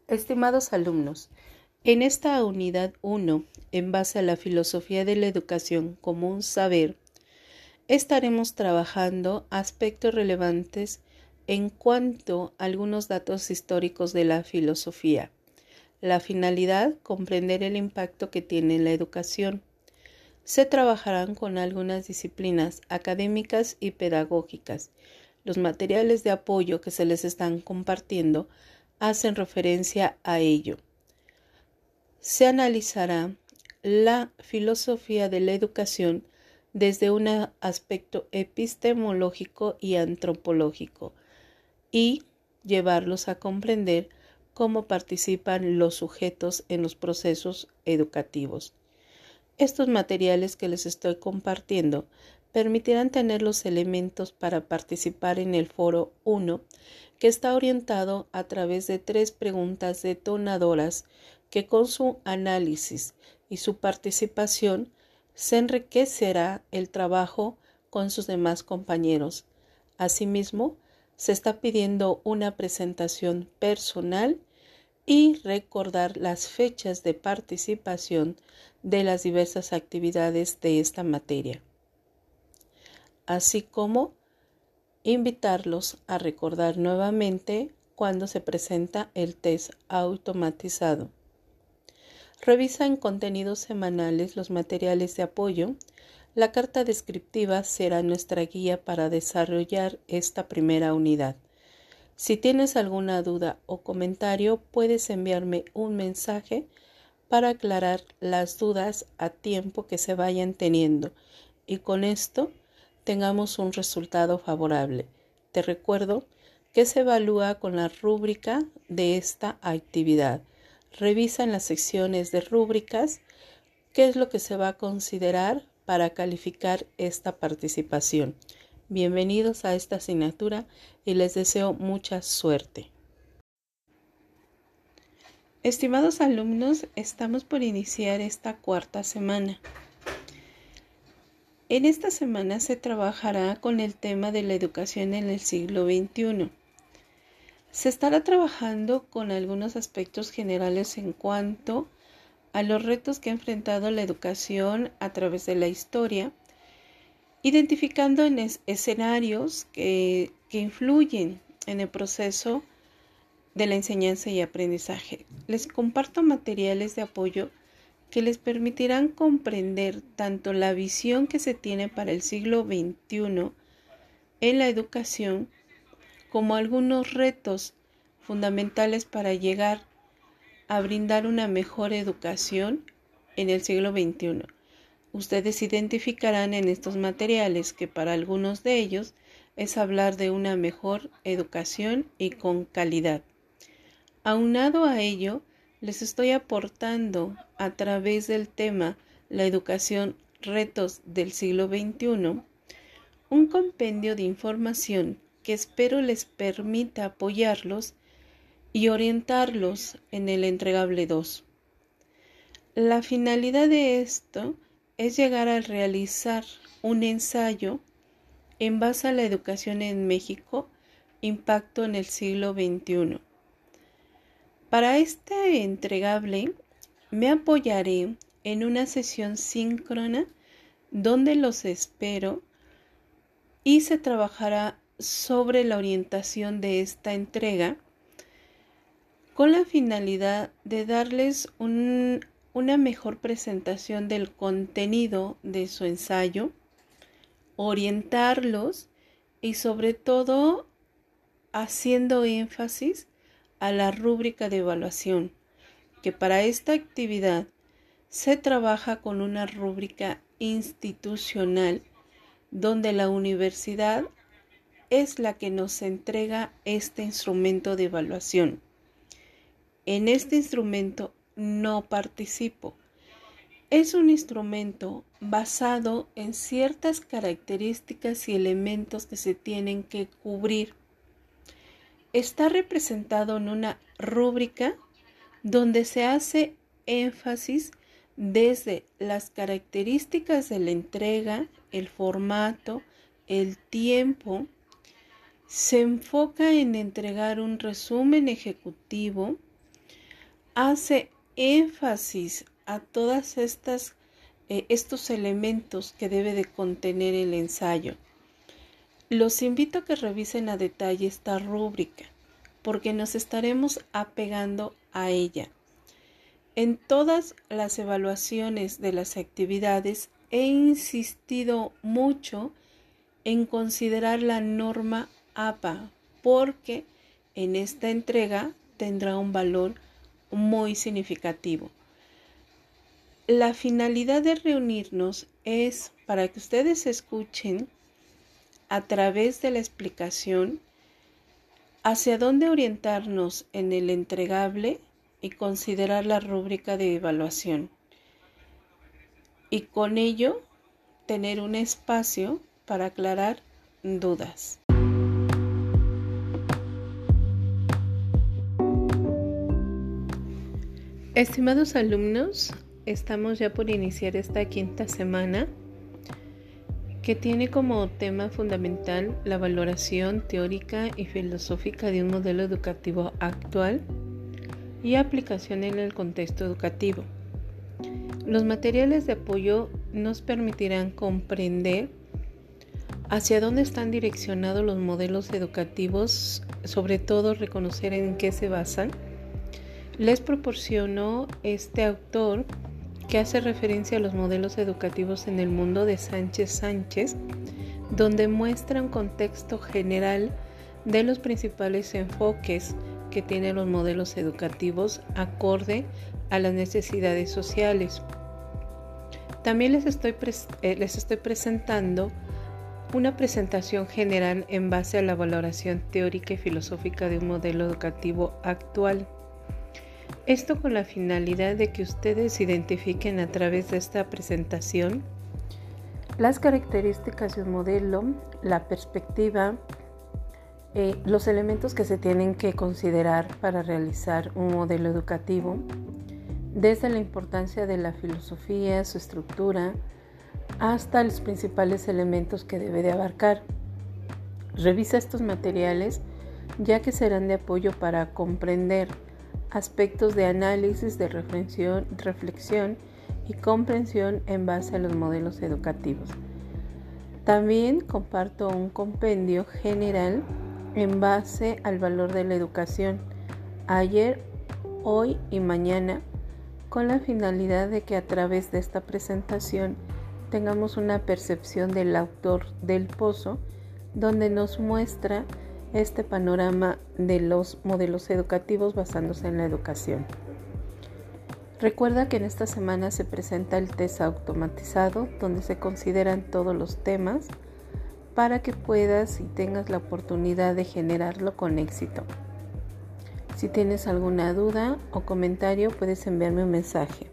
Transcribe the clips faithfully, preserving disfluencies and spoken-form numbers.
Estimados alumnos, en esta unidad uno, en base a la filosofía de la educación como un saber, estaremos trabajando aspectos relevantes en cuanto a algunos datos históricos de la filosofía. La finalidad, comprender el impacto que tiene en la educación. Se trabajarán con algunas disciplinas académicas y pedagógicas. Los materiales de apoyo que se les están compartiendo hacen referencia a ello. Se analizará la filosofía de la educación desde un aspecto epistemológico y antropológico y llevarlos a comprender cómo participan los sujetos en los procesos educativos. Estos materiales que les estoy compartiendo permitirán tener los elementos para participar en el foro uno, que está orientado a través de tres preguntas detonadoras que con su análisis y su participación se enriquecerá el trabajo con sus demás compañeros. Asimismo, se está pidiendo una presentación personal y recordar las fechas de participación de las diversas actividades de esta materia, así como invitarlos a recordar nuevamente cuando se presenta el test automatizado. Revisa en contenidos semanales los materiales de apoyo. La carta descriptiva será nuestra guía para desarrollar esta primera unidad. Si tienes alguna duda o comentario, puedes enviarme un mensaje para aclarar las dudas a tiempo que se vayan teniendo y con esto tengamos un resultado favorable. Te recuerdo que se evalúa con la rúbrica de esta actividad. Revisa en las secciones de rúbricas qué es lo que se va a considerar para calificar esta participación. Bienvenidos a esta asignatura y les deseo mucha suerte. Estimados alumnos, estamos por iniciar esta cuarta semana. En esta semana se trabajará con el tema de la educación en el siglo veintiuno. Se estará trabajando con algunos aspectos generales en cuanto a los retos que ha enfrentado la educación a través de la historia, identificando en es- escenarios que, que influyen en el proceso de la enseñanza y aprendizaje. Les comparto materiales de apoyo que les permitirán comprender tanto la visión que se tiene para el siglo veintiuno en la educación como algunos retos fundamentales para llegar a brindar una mejor educación en el siglo veintiuno. Ustedes identificarán en estos materiales que para algunos de ellos es hablar de una mejor educación y con calidad. Aunado a ello, les estoy aportando a través del tema La educación, retos del siglo veintiuno, un compendio de información que espero les permita apoyarlos y orientarlos en el entregable dos. La finalidad de esto es llegar a realizar un ensayo en base a la educación en México, impacto en el siglo veintiuno. Para este entregable me apoyaré en una sesión síncrona donde los espero y se trabajará sobre la orientación de esta entrega con la finalidad de darles un, una mejor presentación del contenido de su ensayo, orientarlos y sobre todo haciendo énfasis a la rúbrica de evaluación, que para esta actividad se trabaja con una rúbrica institucional donde la universidad es la que nos entrega este instrumento de evaluación. En este instrumento no participo. Es un instrumento basado en ciertas características y elementos que se tienen que cubrir. Está representado en una rúbrica donde se hace énfasis desde las características de la entrega, el formato, el tiempo. Se enfoca en entregar un resumen ejecutivo hace énfasis a todas estas eh, estos elementos que debe de contener el ensayo. Los invito a que revisen a detalle esta rúbrica, porque nos estaremos apegando a ella. En todas las evaluaciones de las actividades he insistido mucho en considerar la norma A P A, porque en esta entrega tendrá un valor muy significativo. La finalidad de reunirnos es para que ustedes escuchen a través de la explicación hacia dónde orientarnos en el entregable y considerar la rúbrica de evaluación. Y con ello tener un espacio para aclarar dudas. Estimados alumnos, estamos ya por iniciar esta quinta semana que tiene como tema fundamental la valoración teórica y filosófica de un modelo educativo actual y aplicación en el contexto educativo. Los materiales de apoyo nos permitirán comprender hacia dónde están direccionados los modelos educativos, sobre todo reconocer en qué se basan. Les proporciono este autor que hace referencia a los modelos educativos en el mundo de Sánchez Sánchez, donde muestra un contexto general de los principales enfoques que tienen los modelos educativos acorde a las necesidades sociales. También les estoy, pres- eh, les estoy presentando una presentación general en base a la valoración teórica y filosófica de un modelo educativo actual. Esto con la finalidad de que ustedes identifiquen a través de esta presentación las características de un modelo, la perspectiva, eh, los elementos que se tienen que considerar para realizar un modelo educativo, desde la importancia de la filosofía, su estructura, hasta los principales elementos que debe de abarcar. Revisa estos materiales ya que serán de apoyo para comprender aspectos de análisis, de reflexión, reflexión y comprensión en base a los modelos educativos. También comparto un compendio general en base al valor de la educación, ayer, hoy y mañana, con la finalidad de que a través de esta presentación tengamos una percepción del autor del Pozo, donde nos muestra este panorama de los modelos educativos basándose en la educación. Recuerda que en esta semana se presenta el test automatizado, donde se consideran todos los temas para que puedas y tengas la oportunidad de generarlo con éxito. Si tienes alguna duda o comentario, puedes enviarme un mensaje.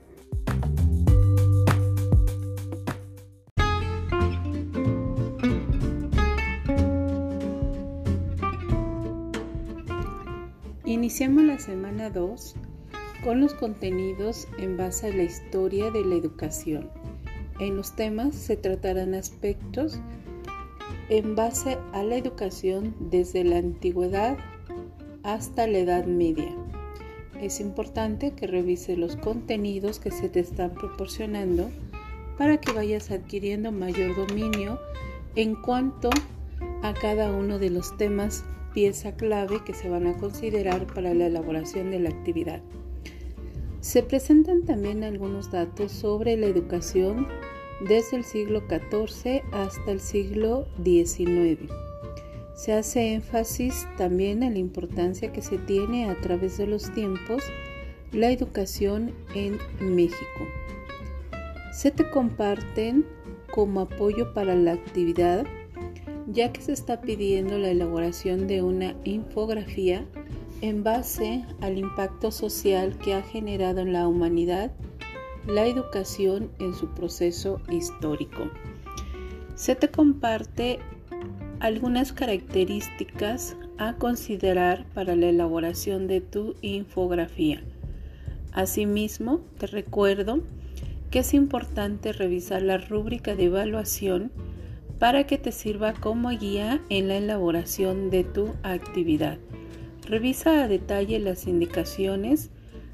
Iniciamos la semana dos con los contenidos en base a la historia de la educación. En los temas se tratarán aspectos en base a la educación desde la antigüedad hasta la Edad Media. Es importante que revises los contenidos que se te están proporcionando para que vayas adquiriendo mayor dominio en cuanto a cada uno de los temas pieza clave que se van a considerar para la elaboración de la actividad. Se presentan también algunos datos sobre la educación desde el siglo catorce hasta el siglo diecinueve. Se hace énfasis también en la importancia que se tiene a través de los tiempos la educación en México. Se te comparten como apoyo para la actividad, ya que se está pidiendo la elaboración de una infografía en base al impacto social que ha generado en la humanidad la educación en su proceso histórico. Se te comparte algunas características a considerar para la elaboración de tu infografía. Asimismo, te recuerdo que es importante revisar la rúbrica de evaluación para que te sirva como guía en la elaboración de tu actividad. Revisa a detalle las indicaciones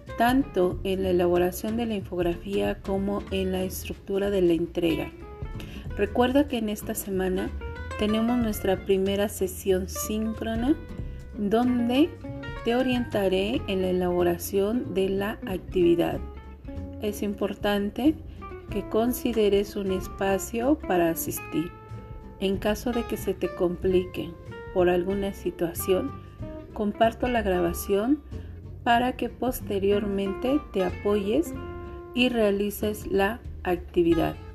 tanto en la elaboración de la infografía como en la estructura de la entrega. Recuerda que en esta semana tenemos nuestra primera sesión síncrona donde te orientaré en la elaboración de la actividad. Es importante que consideres un espacio para asistir. En caso de que se te complique por alguna situación, comparto la grabación para que posteriormente te apoyes y realices la actividad.